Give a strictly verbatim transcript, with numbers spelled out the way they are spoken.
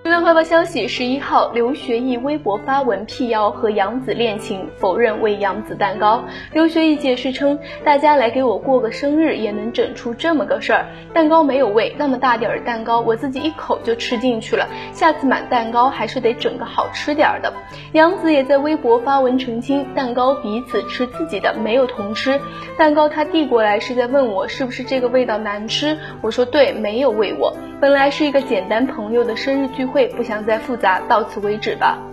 新浪快报消息，十一号，刘学义微博发文辟谣和杨紫恋情，否认为杨紫蛋糕。刘学义解释称，大家来给我过个生日也能整出这么个事儿，蛋糕没有味，那么大点儿蛋糕我自己一口就吃进去了，下次买蛋糕还是得整个好吃点儿的。杨紫也在微博发文澄清，蛋糕彼此吃自己的，没有同吃。蛋糕他递过来是在问我是不是这个味道难吃，我说对，没有喂我。本来是一个简单朋友的生日聚会，不想再复杂，到此为止吧。